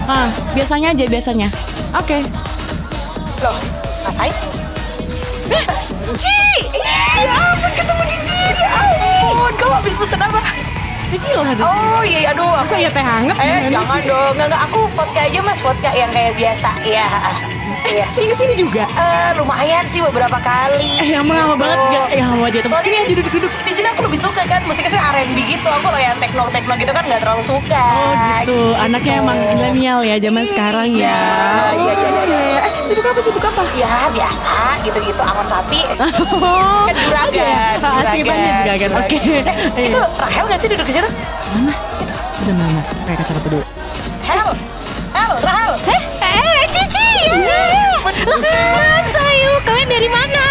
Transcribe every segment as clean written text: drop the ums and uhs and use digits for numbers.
Biasanya aja, biasanya. Oke. Loh, ngapain? Ci, ya ampun ketemu di sini. Ampun, kamu habis pesen apa? Tequila ada sih. Oh iya, aduh. Masa ya teh hangat? Jangan dong, nggak. Aku vodka aja mas, vodka yang kayak biasa. Iya. Iya. Sini juga. Lumayan sih beberapa kali. Yang lama banget gak? Yang lama dia tempat. Sini aja duduk. Di sini aku lebih suka kan musiknya sih R&B gitu. Aku kalau yang techno gitu kan nggak terlalu suka. Oh gitu. Anaknya emang milenial ya zaman sekarang ya. Iya. Sibuk apa? Ya biasa gitu-gitu aman sapi. Oh. Kan juragan. Juragan. Oke. Itu Rahel nggak sih duduk di situ? Mana? Udah mana? Kayak kacamata dulu. Rahel. Cici. Masa yuk, kalian dari mana?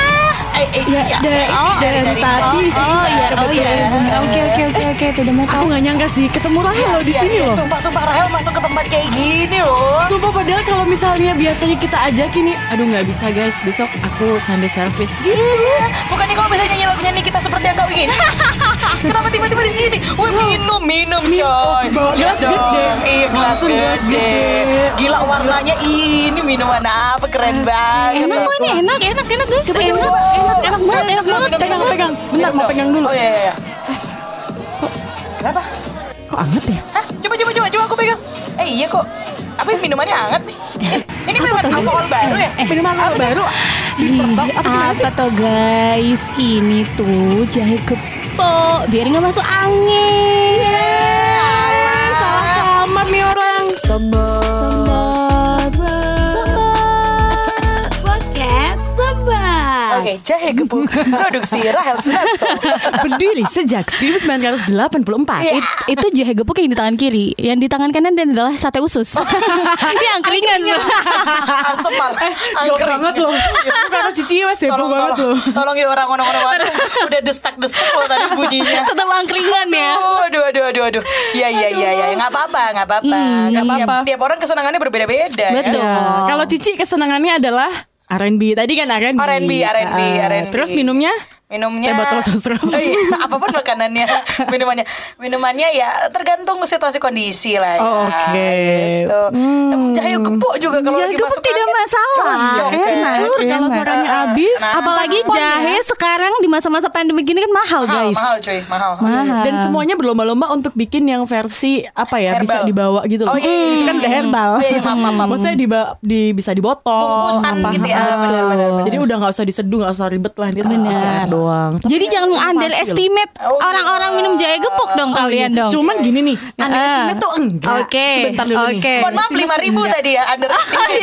Dari tadi sih. Oh iya. Oke, tidak masalah. Aku nggak nyangka sih ketemu Rahel loh di sini loh. Sumpah Rahel masuk ke tempat kayak gini loh. Sumpah padahal kalau misalnya biasanya kita ajak ini, aduh nggak bisa guys, besok aku Sunday service gitu. Bukannya kalau bisa nyanyi lagunya nih kita seperti yang kau ingin. Kenapa tiba-tiba di sini? Wih minum coy. Gelas gede. Iya gelas gede. Gila warnanya ini minuman apa keren banget. Enak kok ini, enak guys. Enak banget. Pegang. Bentar mau pegang dulu. Oh iya. Kenapa? Kok anget ya? Hah? Coba aku pegang. Iya kok. Apa minumannya hangat nih? Ini minuman alkohol baru ya? Minuman alkohol baru. Apa toh guys? Ini tuh jahe gepok biar nggak masuk angin. Salah kamar nih orang. Sambal. Oke, jahe gepuk produksi Rahel Sunarso. Berdiri sejak 1984. Itu jahe gepuk yang di tangan kiri, yang di tangan kanan dan adalah sate usus. Ini angkringan. Asem mal. Gak banget loh. Karena Cici wes heboh banget loh. Tolong ya orang-orang udah destak-destak loh tadi bunyinya. Tetap angkringan ya. Aduh. Iya. Enggak apa-apa. Tiap orang kesenangannya berbeda-beda. Betul. Kalau Cici kesenangannya adalah R&B. Tadi kan R&B. Terus minumnya teh botol sosro. Apapun makanannya, minumannya ya tergantung situasi kondisi lah ya. Oke. Gitu. Jahe gepuk juga kalau lagi masuk tidak angin. masalah. Enak. Kalau suaranya habis. Apalagi jahe sekarang di masa-masa pandemi gini kan mahal guys. Mahal. Dan semuanya berlomba-lomba untuk bikin yang versi apa ya, herbal. bisa dibawa gitu loh. Oh, iya. Itu kan udah herbal. Iya, maaf. Maksudnya bisa dibotol. Bungkusan gitu ya, benar. Jadi udah nggak usah diseduh, nggak usah ribet lah. Benar. Doang. Jadi jangan underestimate orang-orang minum jahe gepuk dong kalian dong. Cuman gini nih, underestimate tuh enggak. Oke. Sebentar dulu nih. Mohon maaf 5.000 tadi ya underestimate.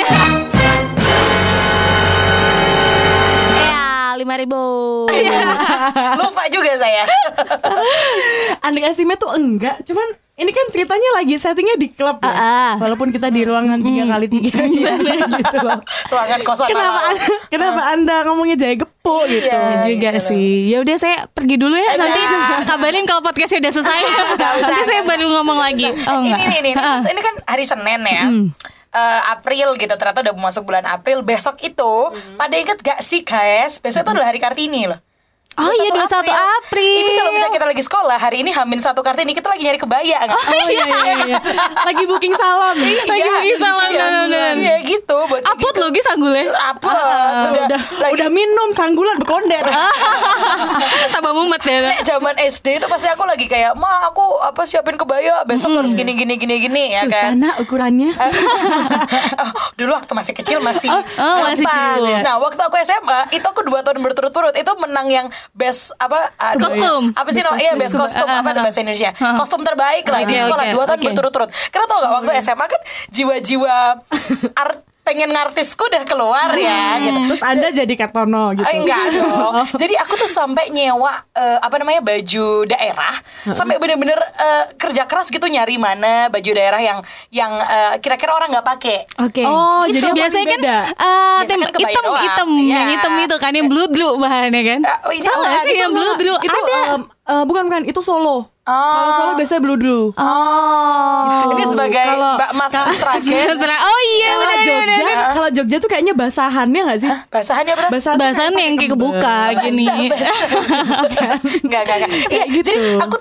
Ya 5.000. Lupa juga saya. Underestimate tuh enggak. Cuman ini kan ceritanya lagi settingnya di klub ya. Walaupun kita di ruangan 3x3 gitu loh. Ruangan kosan. Kenapa Anda ngomongnya jahe gepuk gitu? Juga sih. Ya udah saya pergi dulu ya. Nanti kabarin kalau podcastnya udah selesai. Nanti saya baru ngomong lagi. Ini kan hari Senin ya. April gitu, ternyata udah masuk bulan April. Besok itu pada inget gak sih guys, besok itu adalah hari Kartini loh. Oh iya 21 April. Ini kalau misalnya kita lagi sekolah, hari ini H-1 Kartini, kita lagi nyari kebaya nggak? Oh iya. Lagi booking salon. Lagi booking salon. Iya gitu. Upload loh guys sanggulnya. Upload. Udah minum sanggulan berkonder. Tambah mumet ya. Nek zaman SD itu pasti aku lagi kayak, "Ma, aku siapin kebaya, besok harus gini ya kan." Susana ukurannya. Dulu waktu masih kecil masih masih kecil. Nah, waktu aku SMA, itu aku 2 tahun berturut-turut itu menang yang best kostum. Apa sih best kostum apa ada bahasa Indonesia? Kostum terbaik lah di sekolah 2 tahun berturut-turut. Karena tau gak waktu SMA kan jiwa-jiwa pengen ngartisku udah keluar ya gitu. Terus Anda jadi Kartono gitu. Enggak dong. Jadi aku tuh sampai nyewa baju daerah, sampai bener-bener kerja keras gitu nyari mana baju daerah yang kira-kira orang nggak pakai. Oke. Oh, gitu. jadi biasanya kan hitam yang hitam itu kan yang blue bahannya kan. Tahu nggak sih yang blue itu ada? Bukan itu Solo. Kalau Solo biasanya blue dulu. Gitu. Ini sebagai Mbak Mas Sragen. Oh iya benar. Kalau Jogja tuh kayaknya basahannya nggak sih? Basahannya berapa? Basahan yang kayak kebuka gini. Enggak. Iya, gitu. jadi aku tuh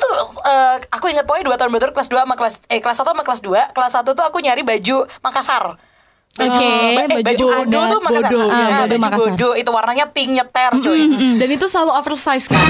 aku ingat pokoknya 2 tahun berturut kelas 1 sama kelas 2. Kelas 1 tuh aku nyari baju Makassar. Baju Bodo tuh Makassar. Baju Bodo itu warnanya pink nyeter cuy. Dan itu selalu oversize kan.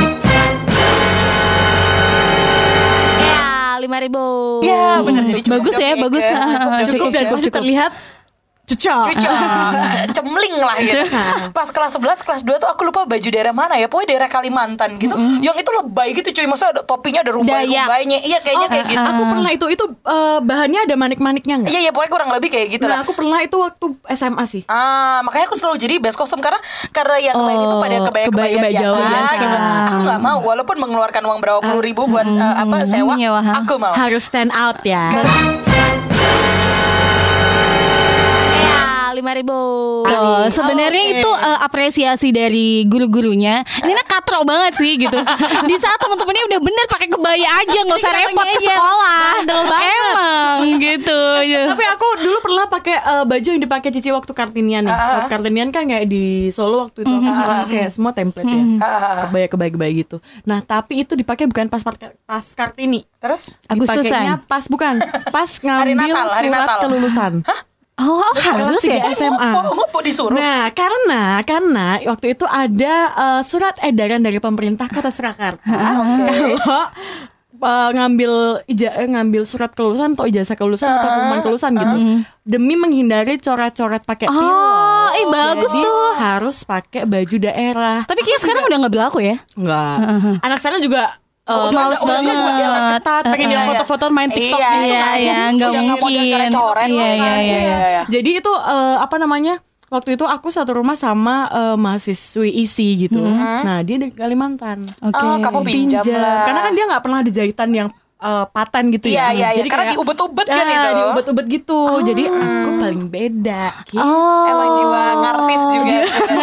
5.000. Ya benar, jadi bagus ya, bagus. Cukup dan masih terlihat cucok. Cemling lah gitu. Pas kelas 11, kelas 2 tuh aku lupa baju daerah mana ya. Pokoknya daerah Kalimantan gitu. Yang itu lebay gitu cuy. Masa ada topinya ada rumbai-rumbaynya. Iya kayaknya kayak gitu. Aku pernah itu bahannya ada manik-maniknya enggak? Iya pokoknya kurang lebih kayak gitu lah. Aku pernah itu waktu SMA sih. Makanya aku selalu jadi best kostum karena yang lain itu pada kebaya-kebaya biasa gitu. Aku gak mau walaupun mengeluarkan uang berapa puluh ribu buat sewa. Aku mau. Harus stand out ya. 5.000. Sebenarnya itu apresiasi dari guru-gurunya. Nina katro banget sih gitu. Di saat teman-temannya udah bener pakai kebaya aja, nggak usah repot ke sekolah. Emang gitu. Tapi aku dulu pernah pakai baju yang dipakai Cici waktu Kartinian nih. Waktu Kartinian kan kayak di Solo waktu itu aku kayak semua template ya. Kebaya gitu. Nah, tapi itu dipakai bukan pas Kartini. Terus dipakainya pas ngambil surat kelulusan. Harus ya SMA. Ngopo disuruh? Nah, karena waktu itu ada surat edaran dari pemerintah Kota Surakarta. Kalau ngambil surat kelulusan atau ijazah kelulusan atau pengumuman kelulusan gitu. Demi menghindari coret-coret pakai pilot. Bagus jadi, tuh. harus pakai baju daerah. Tapi kayaknya sekarang udah nggak berlaku ya? Enggak. Anak sekarang juga males banget. Ketat, pengen foto-foto main TikTok. Iya, nggak mungkin. Iya. Jadi itu waktu itu aku satu rumah sama mahasiswi isi gitu. Nah dia di Kalimantan. Kamu pinjam lah. Karena kan dia nggak pernah di jahitan yang paten gitu ya. Jadi karena diubet-ubet kan itu. Diubet-ubet gitu. Jadi aku paling beda. Gitu. Emang jiwa ngartis juga.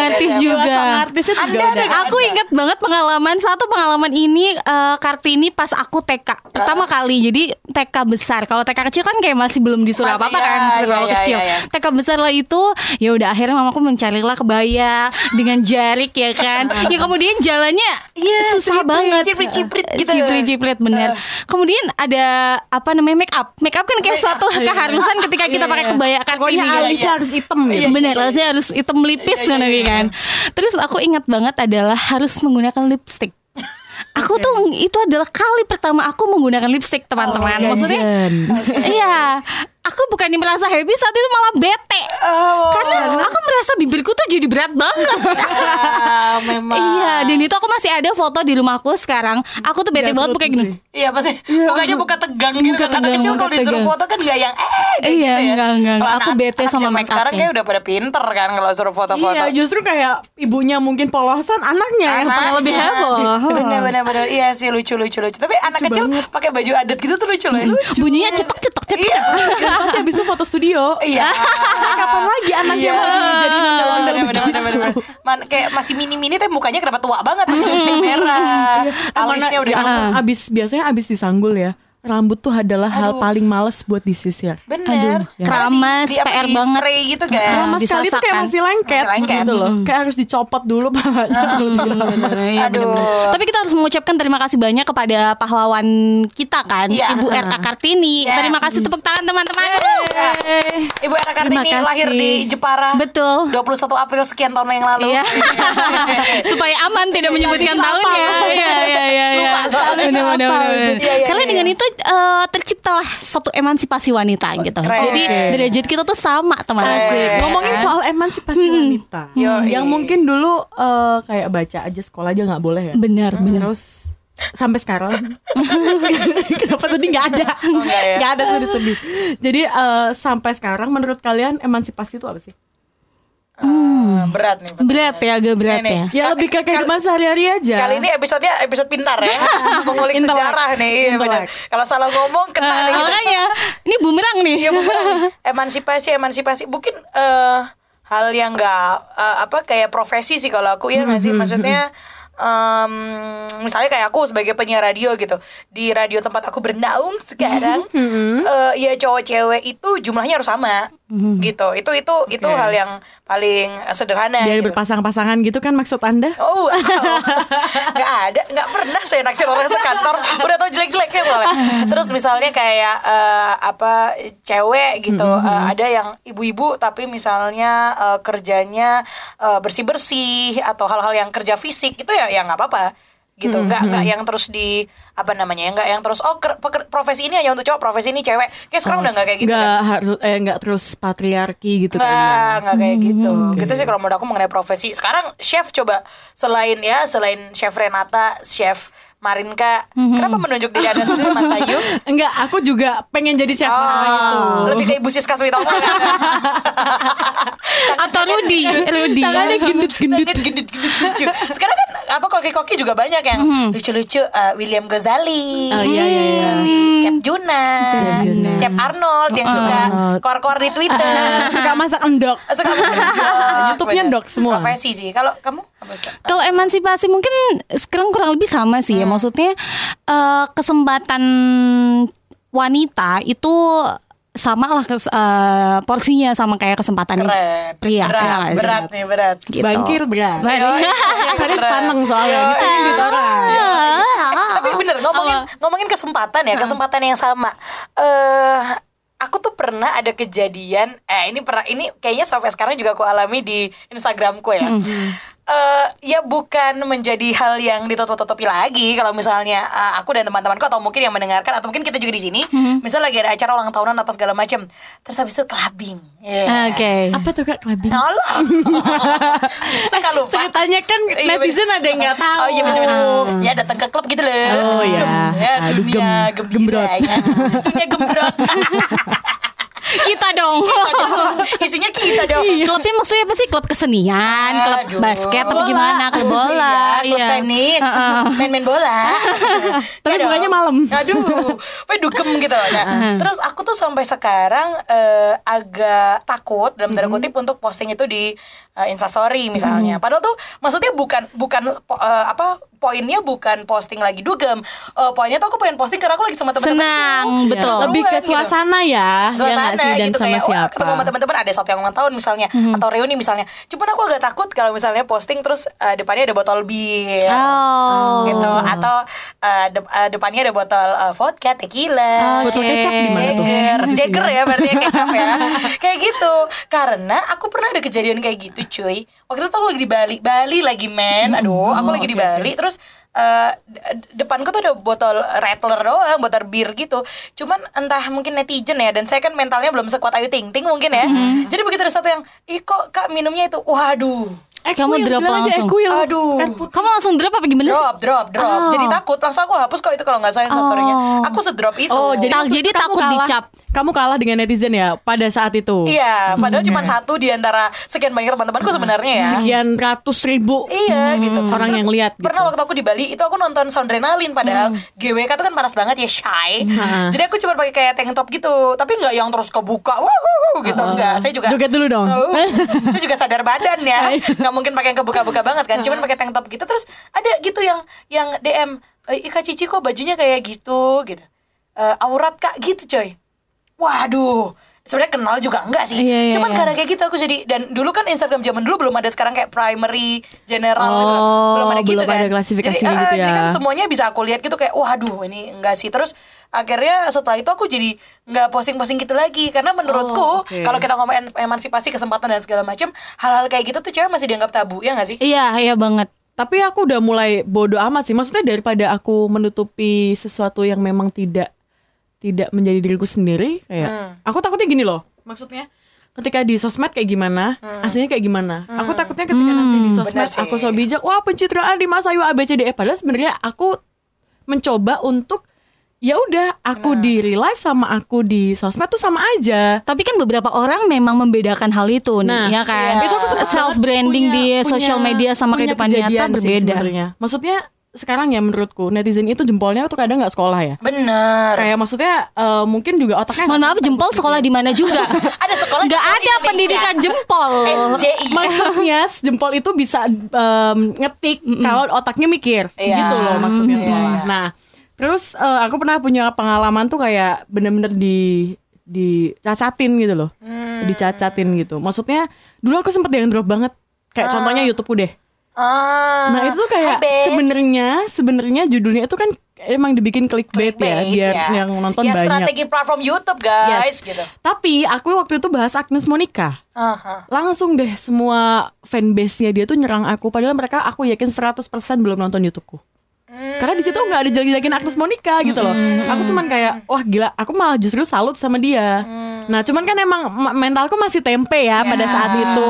Aku ingat banget pengalaman ini Kartini pas aku TK pertama kali. Jadi TK besar. Kalau TK kecil kan kayak masih belum disuruh apa-apa kan. Kecil. TK besar lah itu. Ya udah akhirnya mamaku mencarilah kebaya dengan jarik ya kan. Ya kemudian jalannya susah banget. Ciprit gitu. Ciprit bener. Kemudian ada make up kan kayak suatu keharusan ketika kita pakai kebaya Kartini. Pokoknya alisnya harus hitam gitu. Bener, alisnya harus hitam melipis kan. Terus aku ingat banget adalah harus menggunakan lipstick. Aku tuh itu adalah kali pertama aku menggunakan lipstick, teman-teman. Maksudnya iya, aku bukannya merasa happy saat itu, malah bete. Karena aku merasa bibirku tuh jadi berat banget. Memang. Iya, dan itu aku masih ada foto di rumahku sekarang. Aku tuh bete banget bukan gini. Iya pasti. Mukanya buka tegang gitu. Anak kecil kalau disuruh foto kan gak yang iya, gitu ya. Enggak. Aku bete sama make up. Sekarang kayak udah pada pinter kan kalau suruh foto-foto. Iya, justru kayak ibunya mungkin polosan, anaknya yang paling lebih heboh. Bener. Iya sih, lucu. Tapi anak kecil pakai baju adat gitu tuh lucu loh. Bunyinya cetok. Iya. Pasti habis itu foto studio. Iya. Kapan lagi anaknya mau jadi bener. Kayak masih mini tapi mukanya kenapa tua banget? Lipstick merah. Alisnya udah biasanya abis disanggul ya. Rambut tuh adalah hal paling males buat disisir. Bener. Keramas, PR banget. Spray gitu kan. Keramas sekali tuh kayak masih lengket gitu loh. Kayak harus dicopot dulu palanya. Tapi kita harus mengucapkan terima kasih banyak kepada pahlawan kita kan, Ibu R.A. Kartini. Terima kasih, tepuk tangan teman-teman. Ibu R.A. Kartini lahir di Jepara. Betul. 21 April sekian tahun yang lalu. Supaya aman tidak menyebutkan tahunnya. Iya. Benar. Karena dengan itu terciptalah satu emansipasi wanita gitu. Jadi derajat kita tuh sama, teman-teman. Ngomongin soal emansipasi wanita, yang mungkin dulu kayak baca aja sekolah aja nggak boleh ya. Benar. Terus sampai sekarang kenapa tadi nggak ada sedih. Jadi sampai sekarang menurut kalian emansipasi itu apa sih? Berat nih. Agak berat ya. Ya lebih ke kehidupan sehari-hari aja. Kali ini episode pintar ya. Mengulik sejarah nih. Iya benar. Kalau salah ngomong kena nih. Makanya ini bumerang nih. Iya bumerang. Emansipasi. Mungkin hal yang nggak kayak profesi sih kalau aku ya nggak sih. Maksudnya misalnya kayak aku sebagai penyiar radio gitu, di radio tempat aku bernaung sekarang, ya cowok cewek itu jumlahnya harus sama. gitu. Itu hal yang paling sederhana. Biar gitu. berpasang-pasangan gitu kan maksud Anda? Oh, nggak pernah saya naksir orang sekantor, udah tau jelek-jeleknya soalnya. Terus misalnya kayak cewek gitu, ada yang ibu-ibu tapi misalnya kerjanya bersih-bersih atau hal-hal yang kerja fisik itu ya nggak apa-apa gitu, nggak yang terus di nggak yang terus profesi ini hanya untuk cowok, profesi ini cewek. Kayak sekarang udah nggak kayak gitu. Nggak terus patriarki gitu kan? Nggak kayak gitu. Gitu sih kalau menurut aku mengenai profesi. Sekarang chef coba selain chef Renata, chef Marinka, kenapa menunjuk diri Anda sendiri, Mas Ayu? Enggak, aku juga pengen jadi chef itu. Lebih kayak Ibu Siska Switomo kan? Atau Rudi. Tangannya gendut-gendut. Gendut lucu. Sekarang kan koki-koki juga banyak yang lucu-lucu. William Ghazali, si Chef Juna, Chef Arnold yang suka keluar-keluar di Twitter, Suka masak endok. YouTube-nya endok semua. Profesi sih. Kalau kamu apa sih? Kalau emansipasi mungkin sekarang kurang lebih sama sih ya. Maksudnya kesempatan wanita itu sama lah porsinya sama kayak kesempatan pria. Berat. Gitu. Bangkir berat. Harus paneng soalnya gitu Iya. orang. Tapi bener ngomongin kesempatan ya, kesempatan yang sama. Aku tuh pernah ada kejadian, ini kayaknya sampai sekarang juga aku alami di Instagramku ya. Ya bukan menjadi hal yang ditutup-tutupi lagi kalau misalnya aku dan teman-temanku atau mungkin yang mendengarkan atau mungkin kita juga di sini, misal lagi ada acara ulang tahunan apa segala macam, terus habis itu clubbing. Oke. Apa tuh Kak clubbing? Allah. Suka lupa. Ceritanya kan netizen ada yang nggak tahu. Oh iya benar. Ya datang ke klub gitu loh. Oh iya. Ya dunia gembira ya. Dunia gembrot. Kita dong. Isinya kita dong. Klubnya maksudnya apa sih? Klub kesenian, klub Aduh. basket atau gimana? Klub bola. Klub tenis, main-main bola. Tapi Ya bukanya dong. malam. Aduh, dugem gitu. Nah, terus aku tuh sampai sekarang agak takut dalam tanda kutip untuk posting itu di Instastory misalnya. Padahal tuh maksudnya bukan poinnya bukan posting lagi dugem. Poinnya tuh aku pengen posting karena aku lagi sama teman-teman. Senang, betul. Lebih ke suasana ya. Suasana nggak sih? Dan gitu sama kayak siapa? ketemu sama teman-teman, ada satu yang ulang tahun misalnya atau reuni misalnya. Cuman aku agak takut kalau misalnya posting terus depannya ada botol bir gitu, atau depannya ada botol vodka, tequila, Botol kecap di mana tuh? Jagger ya berarti ya, kecap ya. Kayak gitu. Karena aku pernah ada kejadian kayak gitu, cuy. Waktu itu aku lagi di Bali lagi men. Aduh, aku lagi di Bali terus depanku tuh ada botol Rattler doang, botol bir gitu. Cuman entah mungkin netizen ya, dan saya kan mentalnya belum sekuat Ayu Ting Ting mungkin ya. Jadi begitu ada satu yang, ih kok Kak minumnya itu, waduh. Kamu drop bilang aja langsung. Equil. Aduh. Kamu langsung drop apa gimana sih? Drop. Jadi takut, langsung aku hapus kok itu kalau nggak salah Instastory-nya. Aku sedrop itu. Oh, jadi Jadi kamu takut dicap. Kamu kalah dengan netizen ya pada saat itu. Iya, padahal cuma satu di antara sekian banyak teman-temanku sebenarnya ya. Sekian ratus ribu. Iya gitu. Orang Terus yang lihat gitu. pernah waktu aku di Bali itu aku nonton Soundrenalin, padahal GWK tuh kan panas banget ya, shy. Jadi aku cuma pakai kayak tank top gitu, tapi nggak yang terus kebuka gitu, enggak. Saya juga Joget dulu dong. Saya juga sadar badan ya, nggak mungkin pakai yang kebuka-buka banget kan, cuman pakai tank top gitu. Terus ada gitu yang DM, Kak Cici kok bajunya kayak gitu. Aurat Kak gitu coy. Waduh, sebenarnya kenal juga enggak sih. Iya, Cuman iya. karena kayak gitu aku jadi, dan dulu kan Instagram zaman dulu belum ada sekarang kayak primary, general gitu. Oh, Belum ada gitu belum kan. ada klasifikasi jadi, gitu jadi ya. kan semuanya bisa aku lihat gitu kayak waduh ini enggak sih. Terus akhirnya setelah itu aku jadi nggak posting-posting gitu lagi, karena menurutku oke. kalau kita ngomong emansipasi, kesempatan dan segala macam, hal-hal kayak gitu tuh cewek masih dianggap tabu ya nggak sih? Iya banget. Tapi aku udah mulai bodo amat sih. Maksudnya daripada aku menutupi sesuatu yang memang tidak menjadi diriku sendiri, kayak aku takutnya gini loh. Maksudnya ketika di sosmed kayak gimana, aslinya kayak gimana. Aku takutnya ketika nanti di sosmed benar sih. aku so bijak, wah pencitraan di Mas Ayu ABCDE. Padahal sebenarnya aku mencoba untuk ya udah aku di real life sama aku di sosmed tuh sama aja. Tapi kan beberapa orang memang membedakan hal itu Nah, nih, ya kan. Itu aku sempet Self branding banget di social media sama punya kehidupan nyata kejadian sih berbeda. sebenarnya. Maksudnya sekarang ya menurutku netizen itu jempolnya tuh kadang nggak sekolah ya. Bener. Kayak maksudnya mungkin juga otaknya Mohon nggak maaf, jempol sekolah di mana juga? Ada sekolah Nggak di ada Indonesia. pendidikan jempol. SJI. maksudnya jempol itu bisa ngetik kalau otaknya mikir. Iya. Gitu loh maksudnya Iya, sekolah. iya. Nah, terus aku pernah punya pengalaman tuh kayak bener-bener dicacatin gitu loh. Dicacatin gitu. Maksudnya dulu aku sempet yang drop banget. Kayak contohnya YouTubeku deh. Nah itu tuh kayak sebenarnya judulnya itu kan emang dibikin clickbait ya biar yang nonton banyak. Strategi platform YouTube guys gitu. Tapi aku waktu itu bahas Agnes Monica. Langsung deh semua fanbase-nya dia tuh nyerang aku. Padahal aku yakin 100% belum nonton YouTubeku. Karena di situ nggak ada jelek-jelekin Agnes Monica gitu loh. Aku cuman kayak wah gila. Aku malah justru salut sama dia. Nah cuman kan emang mentalku masih tempe ya pada saat itu.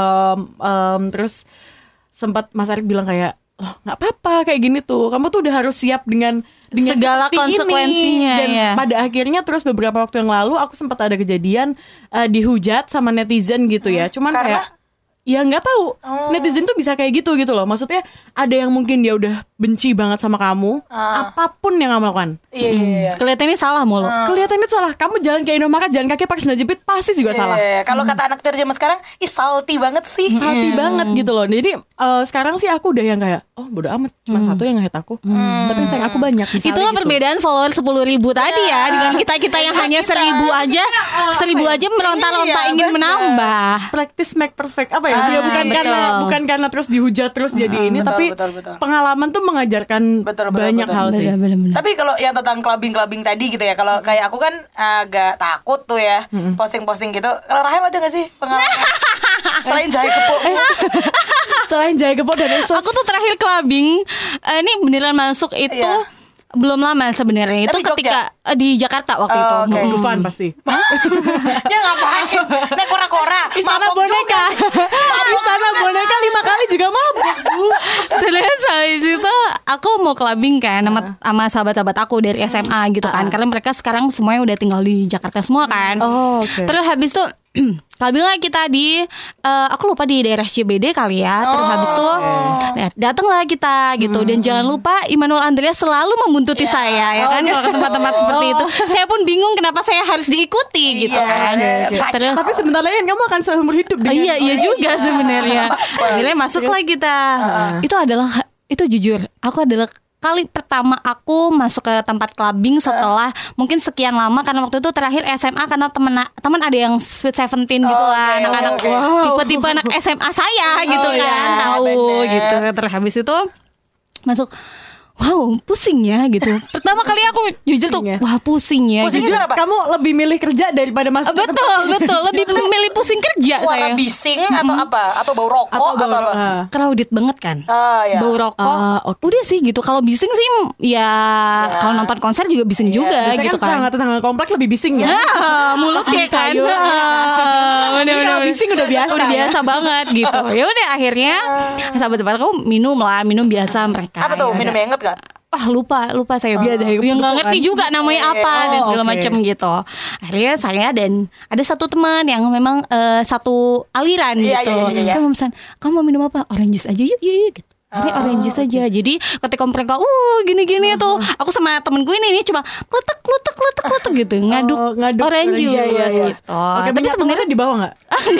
Terus sempat Mas Arik bilang kayak loh nggak apa-apa kayak gini tuh, kamu tuh udah harus siap dengan segala konsekuensinya dan pada akhirnya terus beberapa waktu yang lalu aku sempat ada kejadian dihujat sama netizen gitu ya, cuman kayak ya nggak tahu netizen tuh bisa kayak gitu loh, maksudnya ada yang mungkin dia udah benci banget sama kamu apapun yang kamu lakukan. Kelihatannya salah mulu. Kelihatannya salah. Kamu jalan ke Indomaret jalan kaki pakai sandal jepit pasti juga salah. Kalau kata anak zaman sekarang, salty banget sih. Salty banget gitu loh. Jadi sekarang sih aku udah yang kayak bodo amat, cuma satu yang nge-hate aku. Tapi sayang aku banyak. Itulah gitu. Perbedaan follower 10.000 tadi ya dengan kita yang hanya 1.000 aja. 1.000 aja meronta-ronta ingin menambah. Practice make perfect apa ya? Dia bukan karena terus dihujat terus jadi ini, tapi pengalaman tuh mengajarkan banyak hal sih. Tapi kalau yang tentang clubbing tadi gitu ya, kalau kayak aku kan agak takut tuh ya posting-posting gitu. Kalau Rahel ada gak sih pengalaman selain jahe kepok? Selain jahe kepok dan eksos. Aku tuh terakhir clubbing ini beneran masuk itu belum lama sebenarnya. Itu ketika di Jakarta waktu itu. Dufan pasti. Ya ngapain? Naik kora-kora. Istana boneka. Istana boneka 5 kali juga mabuk. Terus habis itu aku mau clubbing kan sama sahabat-sahabat aku dari SMA gitu kan. Karena mereka sekarang semuanya udah tinggal di Jakarta semua kan. Terus habis itu clubbing lah kita di aku lupa di daerah CBD kali ya. Terus habis itu datanglah kita gitu. Dan jangan lupa Immanuel Andreas selalu membuntuti saya ya kan kalau ke tempat-tempat seperti itu. Saya pun bingung kenapa saya harus diikuti gitu kan. Terus tapi sebentar lagi kamu akan seumur hidup dengan iya juga sebenarnya. Akhirnya masuklah kita. Itu jujur, aku adalah kali pertama aku masuk ke tempat clubbing setelah mungkin sekian lama, karena waktu itu terakhir SMA karena teman ada yang Sweet 17 gitu lah, anak-anak tipe-tipe anak SMA saya gitu kan, tahu gitu. Terus habis itu masuk, wow pusing ya gitu. Pertama kali aku jujur tuh wah pusing ya. Pusingnya gitu. kenapa? Kamu lebih milih kerja daripada masuk. Betul lebih milih pusing kerja. Suara saya bising atau apa? Atau bau rokok atau apa? Crowded banget kan. Bau rokok. Udah sih gitu. Kalau bising sih ya kalau nonton konser juga bising juga gitu kan. Tetangga komplek lebih bising ya. Mulut kayak kan. Bener-bener bising udah biasa. Udah biasa banget gitu. Ya udah akhirnya sahabat-sahabat aku minum biasa mereka. Apa tuh? Minum yang enggak? Lupa saya yang nggak ngerti juga namanya apa dan segala macam gitu. Akhirnya saya dan ada satu teman yang memang satu aliran gitu. Kamu pesan, kamu mau minum apa? Orange juice aja yuk gitu. Ini orange juice aja. Jadi ketika mereka gini-gini tuh, aku sama temenku ini cuma kletek gitu ngaduk orange juice gitu. Tapi sebenarnya di bawah nggak?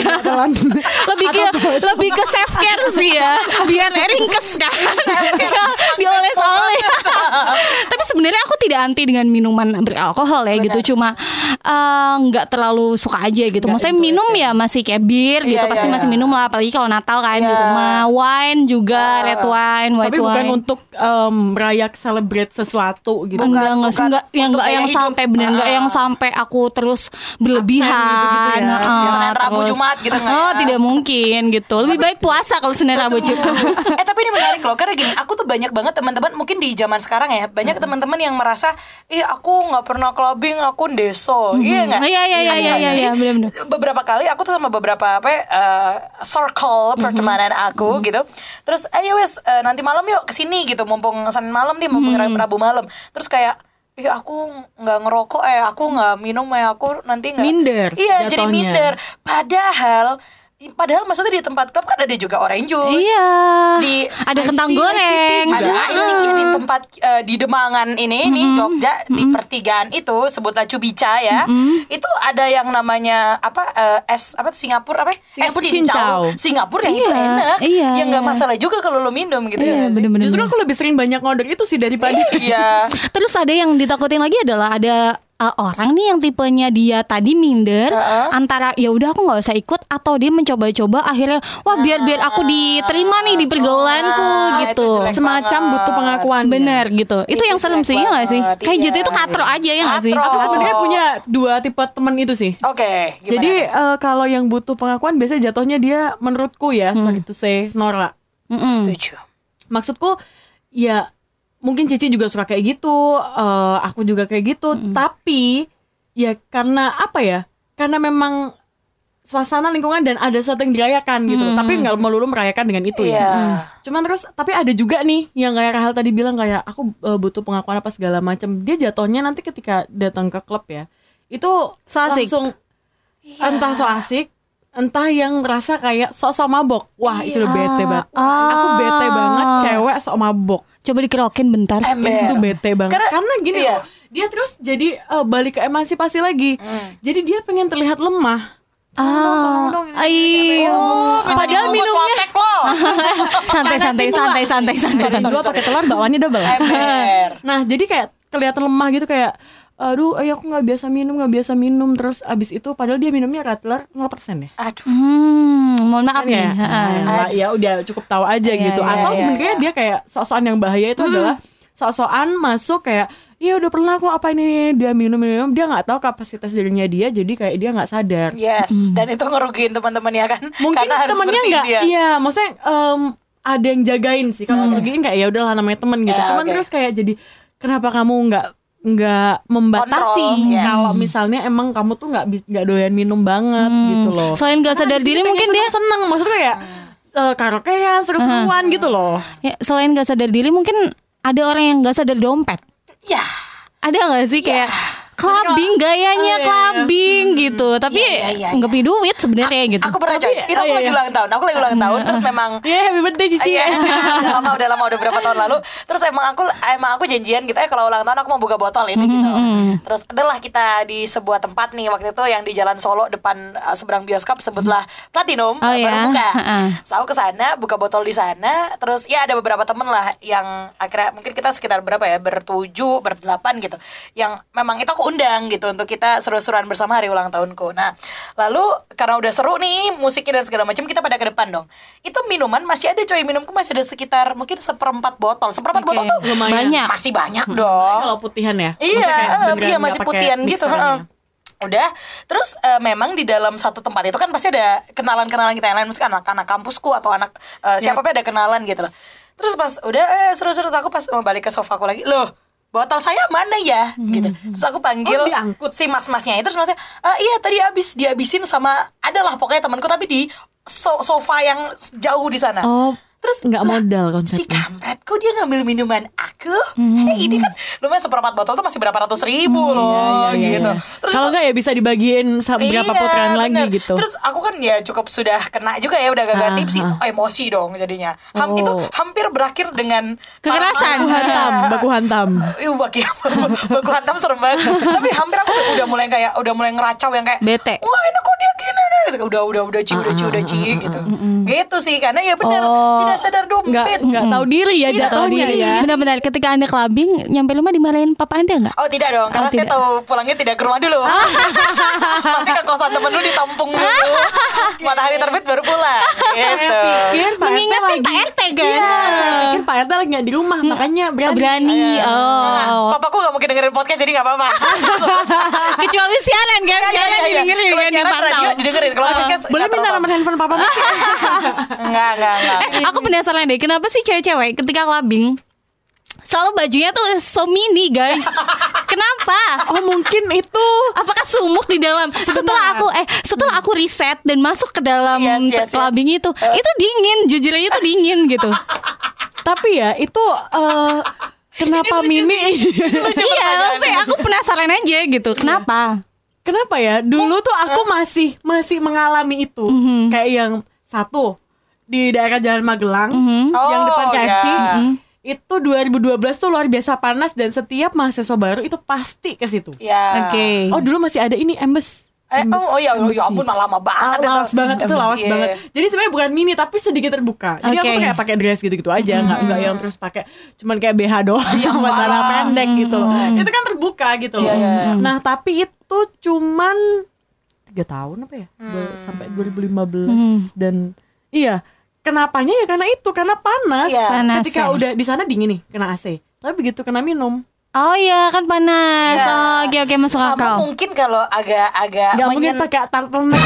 lebih ke self care sih ya, biar ringkes kan. Dioles-oles. Tapi sebenarnya aku tidak anti dengan minuman beralkohol ya gitu, cuma nggak terlalu suka aja gitu. Maksudnya minum ya masih kayak bir gitu, pasti masih minum lah, apalagi kalau Natal kan di rumah. Wine juga, red wine, white tapi wine. Bukan untuk merayak celebrate sesuatu gitu. Enggak yang sampai bener, enggak yang sampai aku terus berlebihan gitu ya. Senin Rabu Jumat gitu enggak. Tidak mungkin gitu. Lebih baik puasa kalau Senin Rabu Jumat. Tapi ini menarik loh, karena gini, aku tuh banyak banget teman-teman mungkin di zaman sekarang ya, banyak teman-teman yang merasa, aku nggak pernah clubbing, aku deso, iya nggak? Iya, benar-benar. Beberapa kali aku tuh sama beberapa circle pertemanan aku gitu, terus ayo wes nanti malam yuk kesini gitu, mumpung Senin malam nih, mumpung Rabu malam, terus kayak aku nggak ngerokok aku nggak minum aku nanti nggak minder. Iya, jadi minder. Padahal maksudnya di tempat klub kan ada juga orange juice. Iya. Ada kentang goreng. Ada ice tea di tempat di Demangan ini nih Jogja di pertigaan itu sebutlah Cubica ya. Itu ada yang namanya es Singapura es cincau. Singapura yang itu enak. Yang nggak masalah juga kalau lo minum gitu ya. Bener-bener. Justru aku lebih sering banyak ngorder itu sih daripada. Iya. Terus ada yang ditakutin lagi adalah ada orang nih yang tipenya dia tadi minder antara ya udah aku nggak usah ikut, atau dia mencoba-coba akhirnya wah biar aku diterima nih di pergaulanku gitu. Semacam butuh pengakuan. Bener gitu. Itu yang serem sih ya nggak sih? Kayak gitu itu katro aja ya nggak sih? Aku sebenarnya punya 2 tipe temen itu sih. Oke, gimana? Jadi kalau yang butuh pengakuan biasanya jatuhnya dia menurutku ya sorry to say norak. Setuju. Maksudku ya mungkin Cici juga suka kayak gitu, aku juga kayak gitu. Tapi ya karena apa ya? Karena memang suasana lingkungan dan ada sesuatu yang dirayakan gitu. Tapi nggak melulu merayakan dengan itu ya. Cuman terus tapi ada juga nih yang kayak Rahel tadi bilang kayak aku butuh pengakuan apa segala macam. Dia jatuhnya nanti ketika datang ke klub ya itu So asik. langsung entah so asik, entah yang ngerasa kayak sok-sok mabok. Wah itu udah bete banget. Aku bete banget cewek sok mabok. Coba dikerokin bentar. Itu bete banget. Karena gini iya. loh, dia terus jadi balik ke emansipasi lagi. Jadi dia pengen terlihat lemah. Tolong, Padahal minumnya santai. Dua pakai telur bawaannya double. Nah jadi kayak kelihatan lemah gitu kayak aduh aku nggak biasa minum terus abis itu padahal dia minumnya Radler 0% ya. Aduh. Mohon maaf Kan nih. ya udah cukup tahu aja gitu. Atau sebenarnya dia kayak sok-sokan yang bahaya itu adalah sok-sokan masuk kayak iya udah pernah kok apa ini dia minum dia nggak tahu kapasitas dirinya dia jadi kayak dia nggak sadar. Yes, dan itu ngerugiin teman-temannya kan. Mungkin karena harus temennya bersihin nggak, dia. iya maksudnya ada yang jagain sih kalau ngerugiin kayak ya udahlah namanya temen gitu. Cuman terus kayak jadi kenapa kamu nggak membatasi kalau misalnya emang kamu tuh nggak doyan minum banget gitu loh. Selain nggak sadar diri mungkin dia seneng maksudnya kayak karaokean seru-seruan gitu loh. ya, selain nggak sadar diri mungkin ada orang yang nggak sadar dompet. Ya. Ada nggak sih kayak clubbing gayanya clubbing gitu, tapi nggak punya duit sebenarnya gitu. Aku pernah coy, itu aku lagi ulang tahun. Aku lagi ulang tahun terus memang happy birthday Cici. udah lama udah berapa tahun lalu. Terus emang aku janjian gitu kalau ulang tahun aku mau buka botol ini gitu. Terus adalah kita di sebuah tempat nih waktu itu yang di Jalan Solo depan seberang bioskop sebutlah Platinum baru buka. Terus aku ke sana buka botol di sana. Terus ya ada beberapa temen lah yang akhirnya mungkin kita sekitar berapa ya ber-7, ber-8 gitu. Yang memang itu aku undang gitu untuk kita seru-seruan bersama hari ulang tahunku. Nah, lalu karena udah seru nih musiknya dan segala macam kita pada ke depan dong. Itu minuman masih ada coy, minumku masih ada sekitar mungkin 1/4 botol. 1/4 botol tuh lumayan. Banyak. Masih banyak dong. Kalau putihan ya. Iya masih putihan gitu. Udah, terus memang di dalam satu tempat itu kan pasti ada kenalan-kenalan kita yang lain, mungkin anak-anak kampusku atau anak siapa ada kenalan gitu loh. Terus pas udah seru-seru aku pas mau balik ke sofaku lagi, loh botol saya mana ya gitu. Terus aku panggil diangkut si mas-masnya itu, terus masnya iya tadi dihabisin sama adalah pokoknya temanku tapi di sofa yang jauh di sana. Terus nggak modal konsepnya. Si kampret kok dia ngambil minuman aku? Ini kan lumayan 1/4 botol tuh masih berapa ratus ribu loh gitu. Terus kalau nggak ya bisa dibagiin berapa putaran lagi gitu. Terus aku kan ya cukup sudah kena juga ya udah gagal tipsi, emosi dong jadinya. Itu hampir berakhir dengan kekerasan. Baku hantam. Baku hantam serem banget. Tapi hampir aku udah mulai ngeracau yang kayak bete. Wah ini kok dia gini nih. Udah ci gitu. Gitu sih karena ya benar tidak sadar dompet. Nggak tahu diri ya jatuhnya ya. Benar-benar ketika Anda clubbing nyampe rumah dimarahin papa Anda nggak? Oh tidak dong, karena saya tahu pulangnya tidak ke rumah dulu. Pasti ke kosan temen dulu ditampung dulu. Matahari terbit baru pulang. Gitu. Mengingatkan Pak RT kan? Iya, saya pikir Pak RT lagi nggak di rumah, makanya berani. Papaku nggak mungkin dengerin podcast jadi nggak apa-apa. Kecuali siaran kan? Siaran didengerin kan dipantau. Didengerin. Kalau podcast boleh minta nomor handphone papa? Enggak. Aku penasaran deh, kenapa sih cewek-cewek ketika clubbing selalu bajunya tuh so mini guys? Kenapa? Oh mungkin itu. Apakah sumuk di dalam? Setelah aku riset dan masuk ke dalam clubbing itu dingin, jujur aja itu dingin gitu. Tapi ya itu kenapa mini? Iya, aku penasaran aja gitu. Kenapa ya? Dulu tuh aku masih mengalami itu. Kayak yang satu di daerah Jalan Magelang yang depan KFC. Itu 2012 tuh luar biasa panas dan setiap mahasiswa baru itu pasti ke situ. Oke. Oh dulu masih ada ini Embes. Ya ampun, malah lama banget. Lawas banget itu, lawas banget. Jadi sebenarnya bukan mini tapi sedikit terbuka. Jadi aku tuh kayak pakai dress gitu-gitu aja, nggak yang terus pakai cuman kayak BH doang sama celana pendek gitu. Itu kan terbuka gitu loh. Nah, tapi itu cuman 3 tahun apa ya? Sampai 2015 dan iya. Kenapanya ya karena panas. Ketika udah di sana dingin nih, kena AC. Tapi begitu kena minum, oh iya kan panas. Oke masuk akal. Sama mungkin kalau agak nggak mungkin pakai turtleneck.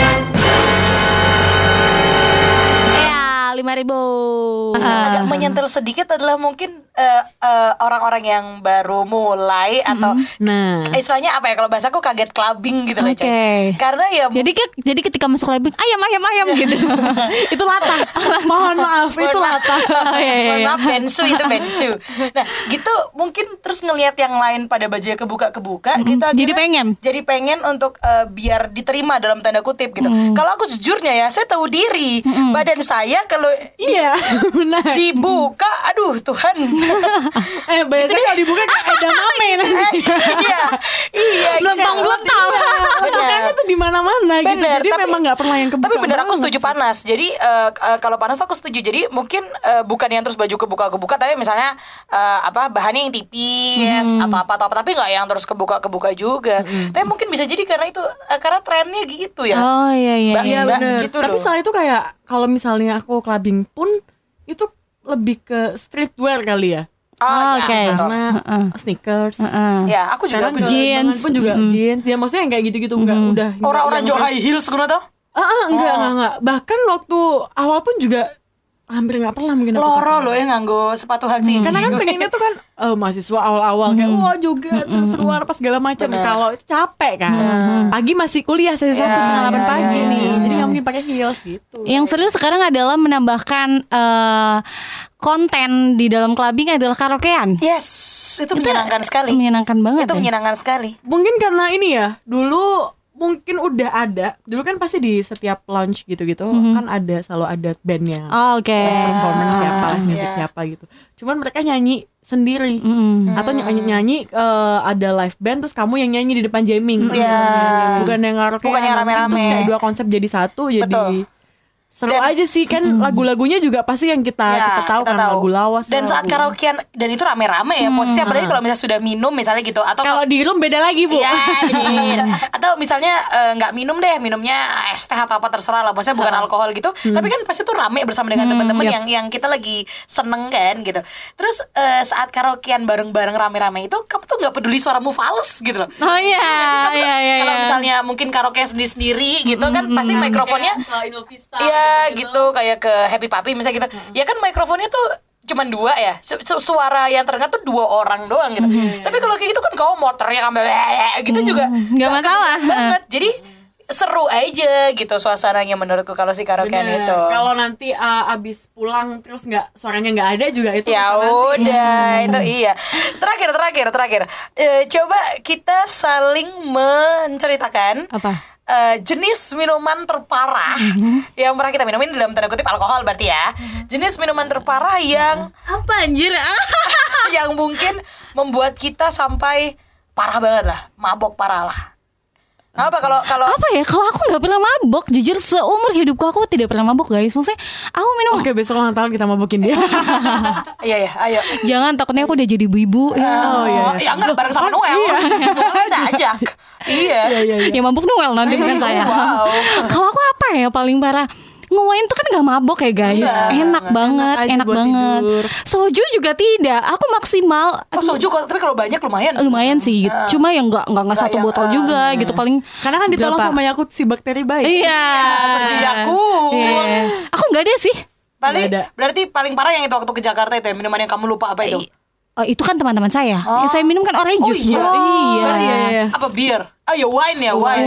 Ya 5.000. Agak menyentil sedikit adalah mungkin orang-orang yang baru mulai atau istilahnya apa ya, kalau bahasaku kaget clubbing gitu loh, Coy. Karena ya jadi ketika masuk clubbing ayam gitu. Itu latah. Mohon maaf, itu latah. Mohon maaf, bensu itu bensu. Nah, gitu mungkin terus ngelihat yang lain pada bajunya kebuka gitu, jadi pengen untuk biar diterima dalam tanda kutip gitu. Kalau aku sejujurnya ya, saya tahu diri badan saya kalau benar dibuka, aduh Tuhan. Biasanya kalau dibuka kayak ada mame nanti. Iya. Belentang. Bentuknya tuh di mana-mana gitu. Jadi memang nggak pernah yang kebuka. Tapi bener, aku setuju panas. Jadi kalau panas tuh aku setuju. Jadi mungkin bukan yang terus baju kebuka, tapi misalnya bahannya yang tipis atau apa. Tapi nggak yang terus kebuka juga. Tapi mungkin bisa jadi karena itu karena trennya gitu ya. Oh iya bener. Gitu tapi selain itu kayak kalau misalnya aku clubbing pun itu lebih ke streetwear kali ya. Karena sneakers. Ya, aku juga jeans pun juga jeans. Ya maksudnya yang kayak gitu-gitu enggak udah. Orang-orang jo high heels guna tuh? Enggak. Bahkan waktu awal pun juga hampir nggak pernah mungkin aku loro loh ya nganggo sepatu hak tinggi. Karena kan pengennya tuh kan mahasiswa awal-awal kayak wah juga seru-seru apa segala macam. Kalau itu capek kan. Pagi masih kuliah saya 7:30 pagi nih. Jadi nggak mungkin pakai heels gitu. Yang seru sekarang adalah menambahkan konten di dalam clubbing adalah karaokean. Yes, itu menyenangkan sekali. Menyenangkan banget. Itu menyenangkan sekali. Mungkin karena ini ya, dulu mungkin udah ada. Dulu kan pasti di setiap lounge gitu-gitu kan selalu ada bandnya. Performance siapa, musik siapa gitu. Cuman mereka nyanyi sendiri atau nyanyi ada live band terus kamu yang nyanyi di depan jamming. Bukan yang karaoke. Bukan yang rame-rame. Terus kayak dua konsep jadi satu. Jadi seru aja sih kan. Lagu-lagunya juga pasti yang kita tahu kan, lagu lawas. Dan saat karaokean dan itu rame-rame ya posisinya, apalagi kalau misalnya sudah minum misalnya gitu, atau kalau di room beda lagi Bu. Atau misalnya nggak minum deh, minumnya es teh atau apa terserah lah, maksudnya bukan alkohol gitu. Tapi kan pasti tuh rame bersama dengan teman-teman yang kita lagi seneng kan gitu. Terus saat karaokean bareng-bareng rame-rame itu, kamu tuh nggak peduli suaramu fals gitu loh. Kalau misalnya mungkin karaoke sendiri gitu kan pasti mikrofonnya gitu kayak ke Happy Papi misalnya gitu. Ya kan mikrofonnya tuh cuman 2 ya. Suara yang terdengar tuh 2 orang doang gitu. Tapi kalau kayak gitu kan kamu mau teriak sampai gitu juga enggak masalah banget. Jadi seru aja gitu suasananya menurutku kalau si karaokean itu. Kalau nanti abis pulang terus suaranya nggak ada juga itu. Ya udah itu iya. Terakhir. Coba kita saling menceritakan apa? Jenis minuman terparah yang pernah kita minumin dalam tanda kutip alkohol berarti ya. Jenis minuman terparah yang apa anjir? yang mungkin membuat kita sampai parah banget lah, mabok parah lah. Apa kalau apa ya? Kalau aku nggak pernah mabok, jujur seumur hidupku aku tidak pernah mabok guys. Maksudnya aku minum. Oke, besok ulang tahun kita mabokin dia. Iya, ayo. Jangan, takutnya aku udah jadi ibu-ibu. Ya enggak bareng sama Noel. Kita ajak. Iya. Ya mabuk Noel nanti bukan saya. Wow. Kalau aku apa ya paling parah? Ngewain tuh kan gak mabok ya guys. Enak banget. Tidur. Soju juga tidak. Aku maksimal. Soju tapi kalau banyak lumayan sih gitu. Cuma yang gak satu botol juga gitu. Paling karena kan ditolong sama Yakult si bakteri baik. Iya. Soju Yakult. Aku gak ada sih. Berarti paling parah yang itu waktu ke Jakarta itu ya, minuman yang kamu lupa apa itu? Itu kan teman-teman saya. Yang saya minum kan orange juice. Iya. Apa bir? Wine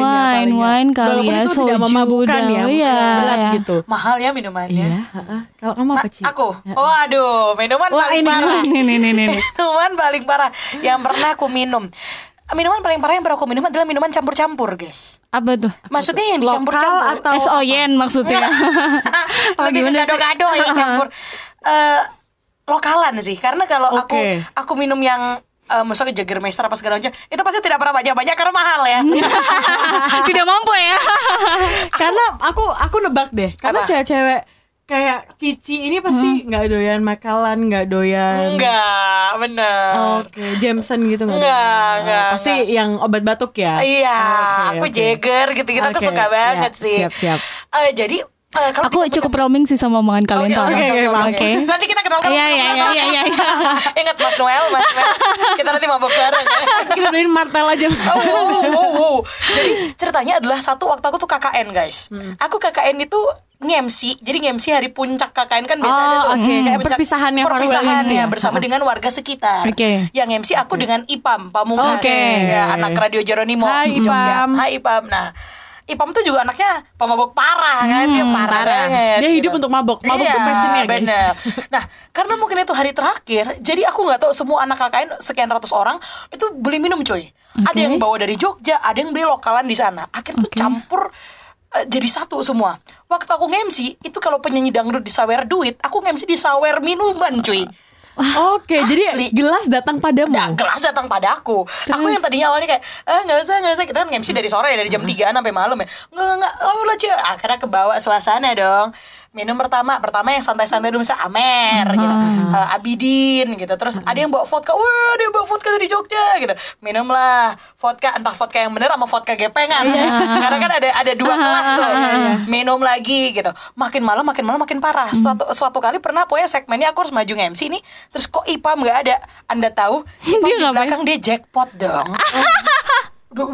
kali ya. Itu tidak memabukkan ya. Berat gitu. Mahal ya minumannya. Kalau kamu apa Ci? Aku. Waduh, minuman paling parah. Minuman paling parah yang pernah aku minum. Minuman paling parah yang pernah aku minum adalah minuman campur-campur, guys. Apa tuh? Maksudnya yang dicampur-campur atau SOYN maksudnya. Lebih gado-gado yang campur. Lokalan sih, karena kalau aku minum yang misalnya Jagermeister apa segala macam, itu pasti tidak pernah banyak karena mahal ya. Tidak mampu ya. Karena aku nebak deh, karena Apa? cewek-cewek kayak Cici ini pasti nggak doyan makalan, nggak doyan. Enggak, bener. Oke, Jameson gitu nggak? Enggak, Pasti yang obat batuk ya. Iya, aku Oke. Jagger gitu-gitu aku Oke, suka banget ya, sih. siap. Jadi kalau Aku cukup roaming sih sama omongan kalian tau. oke. Nanti kita kenalkan. Iya. Ingat Mas Noel. Kita nanti mabok bareng ya. Kita beliin martel aja. Jadi ceritanya adalah satu waktu aku tuh KKN guys. Aku KKN itu nge-MC. Jadi nge-MC hari puncak KKN kan biasa ada tuh. Oke, kayak Puncak- perpisahannya perpisahannya ya. bersama dengan warga sekitar. Oke. Yang MC aku dengan Ipam Pamungkas. Oke. Ya, anak Radio Jeronimo Hai, di Jogja. Ipam. Hai Ipam. Nah, Ipam tuh juga anaknya pemabok parah kan. Dia parah banget. Dia hidup untuk mabok tuh passionnya guys. Bener. Nah, karena mungkin itu hari terakhir, jadi aku nggak tahu semua anak KKN sekian ratus orang itu beli minum cuy. Ada yang bawa dari Jogja, ada yang beli lokalan di sana. Akhirnya tuh campur jadi satu semua. Waktu aku nge-MC, itu kalau penyanyi dangdut disawer duit, aku nge-MC disawer minuman cuy. Oke, jadi Asli. gelas datang padamu. Nah, gelas datang pada aku. Aku yang tadinya awalnya kayak nggak usah. Kita kan MC dari sore ya, dari jam 3 sampai malam ya. Nggak. Oh lah Cie. Akhirnya kebawa suasana dong. Minum pertama yang santai-santai dulu misalnya Amer gitu. Abidin gitu. Terus ada yang bawa vodka. Wah, dia bawa vodka dari Jogja gitu. Minumlah vodka, entah vodka yang bener sama vodka gepengan. Karena kan ada dua kelas tuh. Minum lagi gitu. Makin malam makin parah. Suatu kali pernah pokoknya segmennya aku harus maju nge-MC nih. Terus kok Ipam nggak ada? Anda tahu? Ipam Dia di ngapain? belakang dia jackpot dong. Udah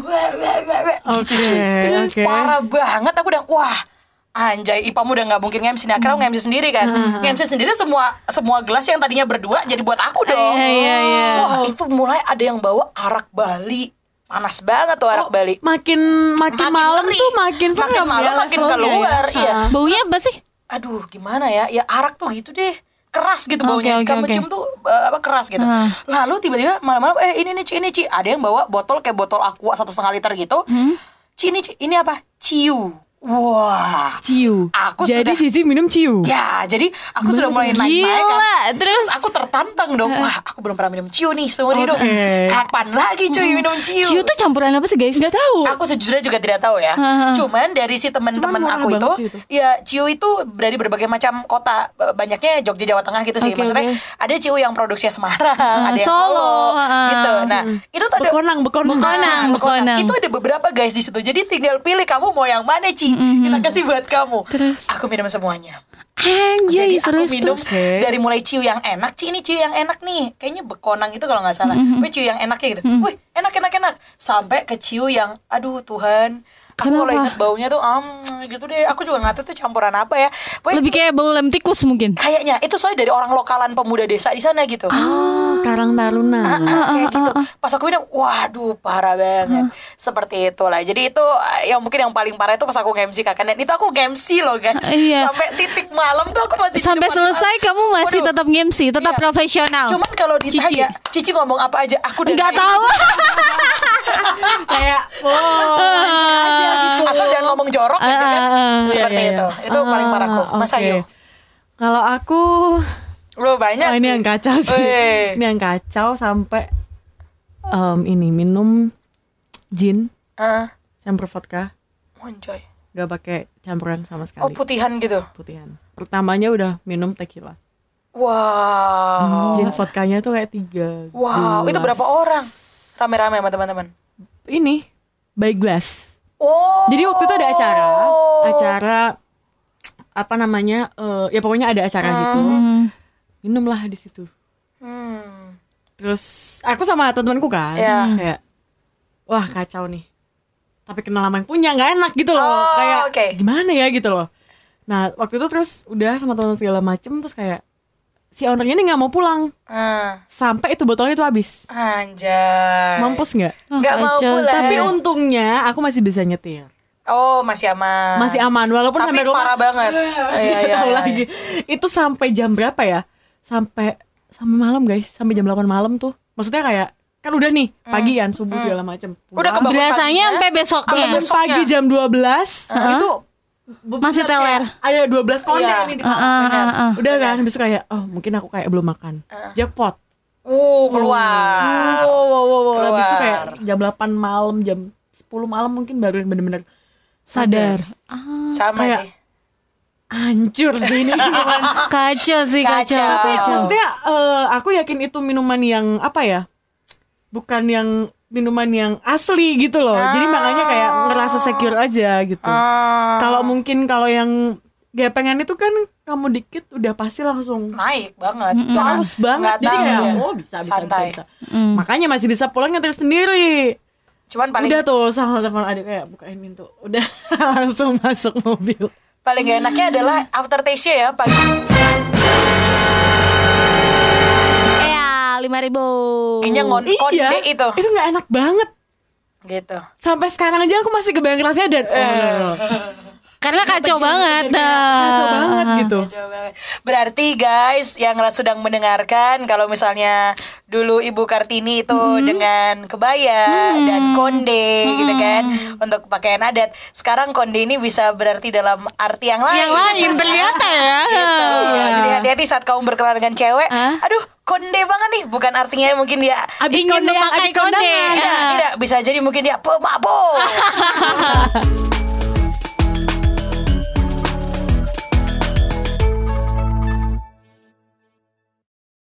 gitu cuy. Terus oke. parah banget. Aku udah wah anjay, Ipam udah nggak mungkin nge-MC. Nah, akhirnya aku nge-MC sendiri kan. Nge-MC sendiri semua gelas yang tadinya berdua jadi buat aku dong. Iya. Wah, itu mulai ada yang bawa arak Bali. Panas banget tuh arak Bali. Makin malam ngeri. tuh makin serem malam ya makin levelnya keluar. ya. Iya. Baunya apa sih? Aduh, gimana ya? Ya arak tuh gitu deh. Keras gitu baunya. Oke. Kamu cium tuh keras gitu. Lalu tiba-tiba malam-malam ini Ci. Ada yang bawa botol kayak botol aqua 1,5 liter gitu. Ci, ini apa? Ciu. Wah. Ciu. Aku jadi sudah- Cici minum ciu. Ya, jadi aku sudah mulai naik-naik kan. Gila. Terus Aku tertantang dong. Wah, aku belum pernah minum ciu nih seumur hidup. Kapan lagi cuy minum ciu? ciu tuh campuran apa sih guys? Nggak tahu. Aku sejujurnya juga tidak tahu ya. Cuman dari si teman-teman Cuman murah aku banget itu, sih itu. ya ciu itu dari berbagai macam kota. Banyaknya Jogja, Jawa Tengah gitu sih. Oke, Maksudnya oke. ada ciu yang produksinya Semarang, ada yang Solo, Solo, gitu. Nah, itu tuh ada Bekonang. Bekonang. Itu ada beberapa guys di situ. Jadi tinggal pilih kamu mau yang mana, Ci. Kita kasih buat kamu. Terus? Aku minum semuanya. Anjay, Jadi aku seru minum tuh. Oke. dari mulai ciu yang enak, Ci ini ciu yang enak nih. Kayaknya Bekonang itu kalau nggak salah. Tapi ciu yang enaknya gitu. Wih, enak. Sampai ke ciu yang aduh Tuhan. Aku kalau Kenapa? inget baunya tuh gitu deh. Aku juga nggak tahu tuh campuran apa ya. Pokoknya Lebih kayak bau lem tikus mungkin. kayaknya itu soalnya dari orang lokalan pemuda desa di sana gitu. Karang Taruna. Kayak gitu. Pas aku minum, waduh parah banget. Seperti itulah. Jadi itu yang mungkin yang paling parah itu pas aku nge-MC KKN. Itu aku nge-MC loh guys. Iya. Sampai titik malam tuh aku masih di Sampai depan selesai kamu masih Waduh. tetap nge-MC, tetap Iya. profesional. Cuman kalau ditanya Cici ngomong apa aja, aku udah Nggak tahu. Kayak asal jangan ngomong jorok aja kan. Seperti Iya. itu. Itu paling parahku. Mas Oke. Ayu. Kalau aku Lu banyak ini sih. yang kacau sih. Weh. Ini yang kacau sampai ini minum gin campur vodka, Moncoy. gak pakai campuran sama sekali. Oh putihan gitu. Putihan. Pertamanya udah minum tequila. Wow. Gin vodkanya tuh kayak 3 Wow. Itu gelas. berapa orang? Rame-rame sama teman-teman. Ini by glass. Oh. Jadi waktu itu ada acara apa namanya? Ya pokoknya ada acara gitu. Minumlah di situ. Terus aku sama teman-temanku kan, Iya. kayak wah kacau nih. Tapi kenal sama yang punya nggak enak gitu loh. Oh, Kayak oke. gimana ya gitu loh. Nah waktu itu terus udah sama teman segala macem, terus kayak si ownernya ini nggak mau pulang sampai itu botolnya itu habis. Anjay. Mampus nggak? Nggak mau kacau pulang. sih. Tapi untungnya aku masih bisa nyetir. Oh masih aman. Masih aman walaupun Tapi sampai rumah parah banget. Iya. tahu lagi. Itu sampai jam berapa ya? Sampai malam guys, sampai jam 8 malam tuh. Maksudnya kayak kan udah nih pagi kan subuh segala macam. Udah kebangun Biasanya paginya. sampai besoknya. Bangun besoknya. pagi jam 12 itu Masih teler. Ada 12 konten Iya. nih di kepala. Udah kan habis itu kayak oh mungkin aku kayak belum makan. Jackpot. Keluar. jam 8 malam, jam 10 malam mungkin baru yang bener-bener Sadar. Sama kayak, sih. hancur sih ini minuman. Kacau sih, kacau. Maksudnya aku yakin itu minuman yang apa ya, bukan yang minuman yang asli gitu loh. Jadi makanya kayak ngerasa secure aja gitu. Kalau yang gepengan itu kan kamu dikit udah pasti langsung naik banget. haus banget. Jadi kayak bisa. Makanya masih bisa pulang nyetir sendiri. Cuman paling udah tuh sama telepon adik kayak bukain pintu. Udah langsung masuk mobil. paling gak enaknya adalah aftertaste-nya ya pagi. Ya 5.000. Kayaknya konde itu. Itu nggak enak banget. Gitu. Sampai sekarang aja aku masih kebayang rasanya dan Karena kacau banget. Kacau banget gitu. Kacau banget. Berarti guys yang sedang mendengarkan, kalau misalnya dulu Ibu Kartini itu dengan kebaya dan konde gitu kan untuk pakaian adat, sekarang konde ini bisa berarti dalam arti yang lain. Yang lain ternyata ya. Gitu. Jadi hati-hati saat kamu berkenalan dengan cewek. Aduh, konde banget nih. Bukan artinya mungkin dia ingin memakai konde. Tidak, bisa jadi mungkin dia pemabuk.